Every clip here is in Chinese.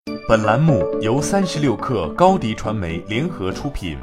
本栏目由36氪高迪传媒联合出品。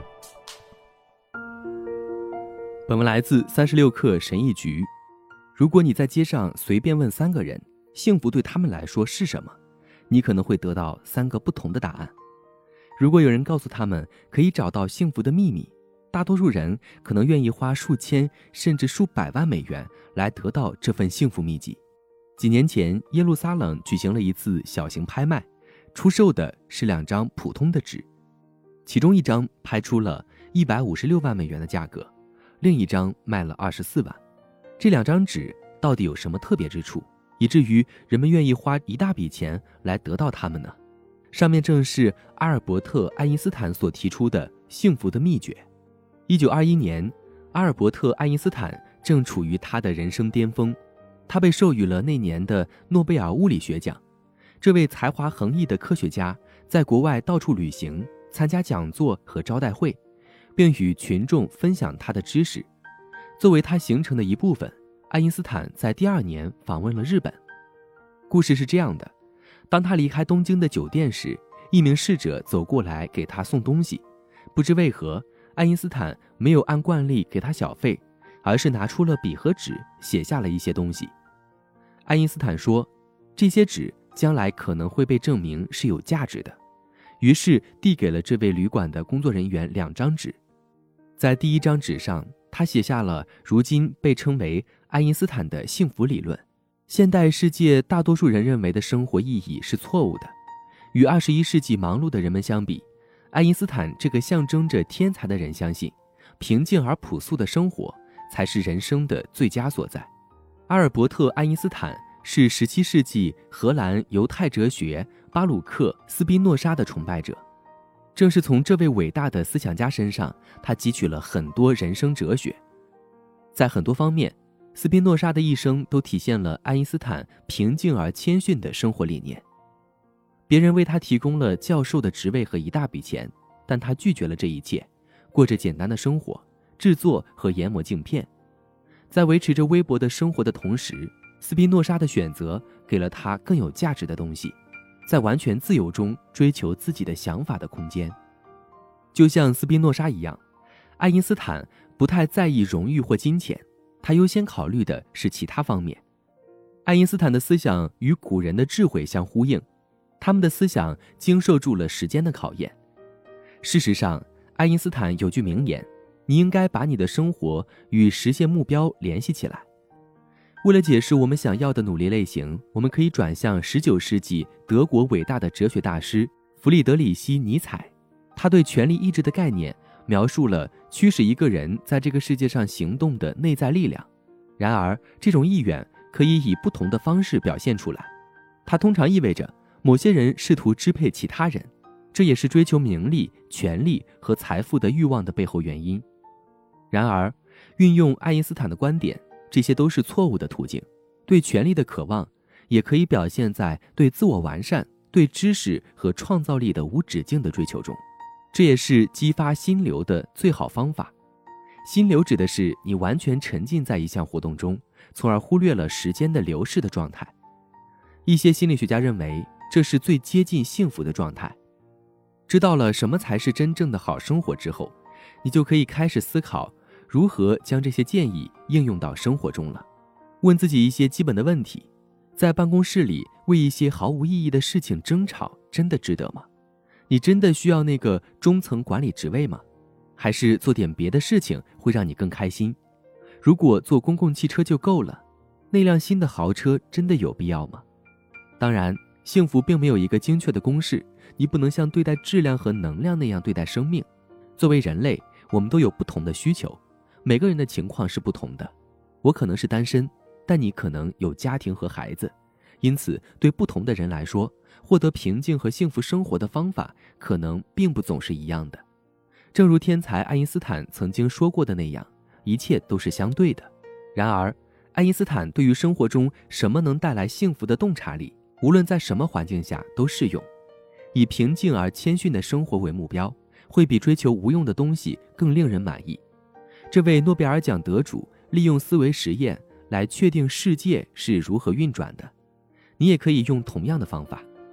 本文来自36氪神医局。如果你在街上随便问3个人，幸福对他们来说是什么，你可能会得到3个不同的答案。如果有人告诉他们可以找到幸福的秘密，大多数人可能愿意花数千甚至数百万美元来得到这份幸福秘籍。几年前，耶路撒冷举行了一次小型拍卖，出售的是2张普通的纸，其中一张拍出了156万美元的价格，另一张卖了24万。这2张纸到底有什么特别之处，以至于人们愿意花一大笔钱来得到它们呢？上面正是阿尔伯特·爱因斯坦所提出的幸福的秘诀。1921年，阿尔伯特·爱因斯坦正处于他的人生巅峰，他被授予了那年的诺贝尔物理学奖。这位才华横溢的科学家在国外到处旅行，参加讲座和招待会，并与群众分享他的知识。作为他行程的一部分，爱因斯坦在第2年访问了日本。故事是这样的，当他离开东京的酒店时，一名侍者走过来给他送东西。不知为何，爱因斯坦没有按惯例给他小费，而是拿出了笔和纸，写下了一些东西。爱因斯坦说，这些纸将来可能会被证明是有价值的，于是递给了这位旅馆的工作人员2张纸。在第1张纸上，他写下了如今被称为爱因斯坦的幸福理论。现代世界大多数人认为的生活意义是错误的。与21世纪忙碌的人们相比，爱因斯坦这个象征着天才的人相信，平静而朴素的生活才是人生的最佳所在。阿尔伯特·爱因斯坦是17世纪荷兰犹太哲学巴鲁克·斯宾诺莎的崇拜者。正是从这位伟大的思想家身上，他汲取了很多人生哲学。在很多方面，斯宾诺莎的一生都体现了爱因斯坦平静而谦逊的生活理念。别人为他提供了教授的职位和一大笔钱，但他拒绝了这一切，过着简单的生活，制作和研磨镜片。在维持着微薄的生活的同时，斯宾诺莎的选择给了他更有价值的东西，在完全自由中追求自己的想法的空间。就像斯宾诺莎一样，爱因斯坦不太在意荣誉或金钱，他优先考虑的是其他方面。爱因斯坦的思想与古人的智慧相呼应，他们的思想经受住了时间的考验。事实上，爱因斯坦有句名言，你应该把你的生活与实现目标联系起来。为了解释我们想要的努力类型，我们可以转向19世纪德国伟大的哲学大师弗里德里希·尼采。他对权力意志的概念描述了驱使一个人在这个世界上行动的内在力量。然而，这种意愿可以以不同的方式表现出来。它通常意味着某些人试图支配其他人，这也是追求名利、权力和财富的欲望的背后原因。然而，运用爱因斯坦的观点，这些都是错误的途径。对权力的渴望也可以表现在对自我完善、对知识和创造力的无止境的追求中，这也是激发心流的最好方法。心流指的是你完全沉浸在一项活动中，从而忽略了时间的流逝的状态。一些心理学家认为，这是最接近幸福的状态。知道了什么才是真正的好生活之后，你就可以开始思考如何将这些建议应用到生活中了。问自己一些基本的问题：在办公室里为一些毫无意义的事情争吵，真的值得吗？你真的需要那个中层管理职位吗？还是做点别的事情会让你更开心？如果坐公共汽车就够了，那辆新的豪车真的有必要吗？当然，幸福并没有一个精确的公式，你不能像对待质量和能量那样对待生命。作为人类，我们都有不同的需求，每个人的情况是不同的。我可能是单身，但你可能有家庭和孩子，因此对不同的人来说，获得平静和幸福生活的方法可能并不总是一样的。正如天才爱因斯坦曾经说过的那样，一切都是相对的。然而，爱因斯坦对于生活中什么能带来幸福的洞察力，无论在什么环境下都适用。以平静而谦逊的生活为目标，会比追求无用的东西更令人满意。这位诺贝尔奖得主利用思维实验来确定世界是如何运转的。你也可以用同样的方法。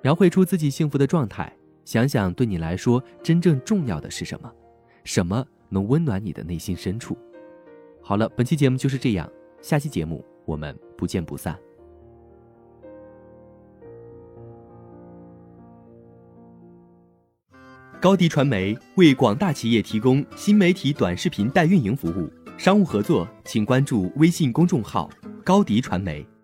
描绘出自己幸福的状态，想想对你来说真正重要的是什么，什么能温暖你的内心深处。好了，本期节目就是这样，下期节目我们不见不散。高迪传媒为广大企业提供新媒体短视频代运营服务，商务合作请关注微信公众号高迪传媒。